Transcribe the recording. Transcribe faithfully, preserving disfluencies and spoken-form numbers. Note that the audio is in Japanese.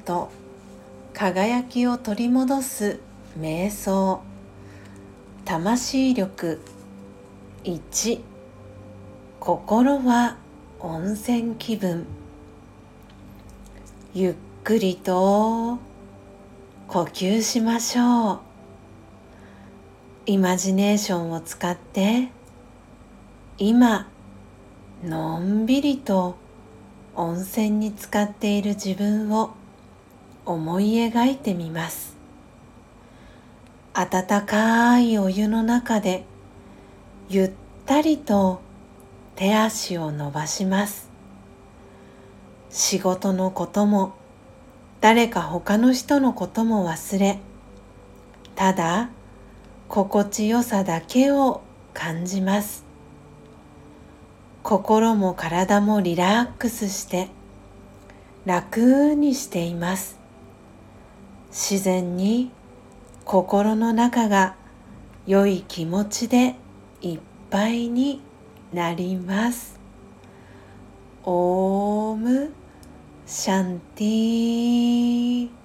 と輝きを取り戻す瞑想。魂力いち、心は温泉気分。ゆっくりと呼吸しましょう。イマジネーションを使って今のんびりと温泉に浸かっている自分を思い描いてみます。温かいお湯の中でゆったりと手足を伸ばします。仕事のことも誰か他の人のことも忘れ、ただ心地よさだけを感じます。心も体もリラックスして楽にしています。自然に心の中が良い気持ちでいっぱいになります。オームシャンティー。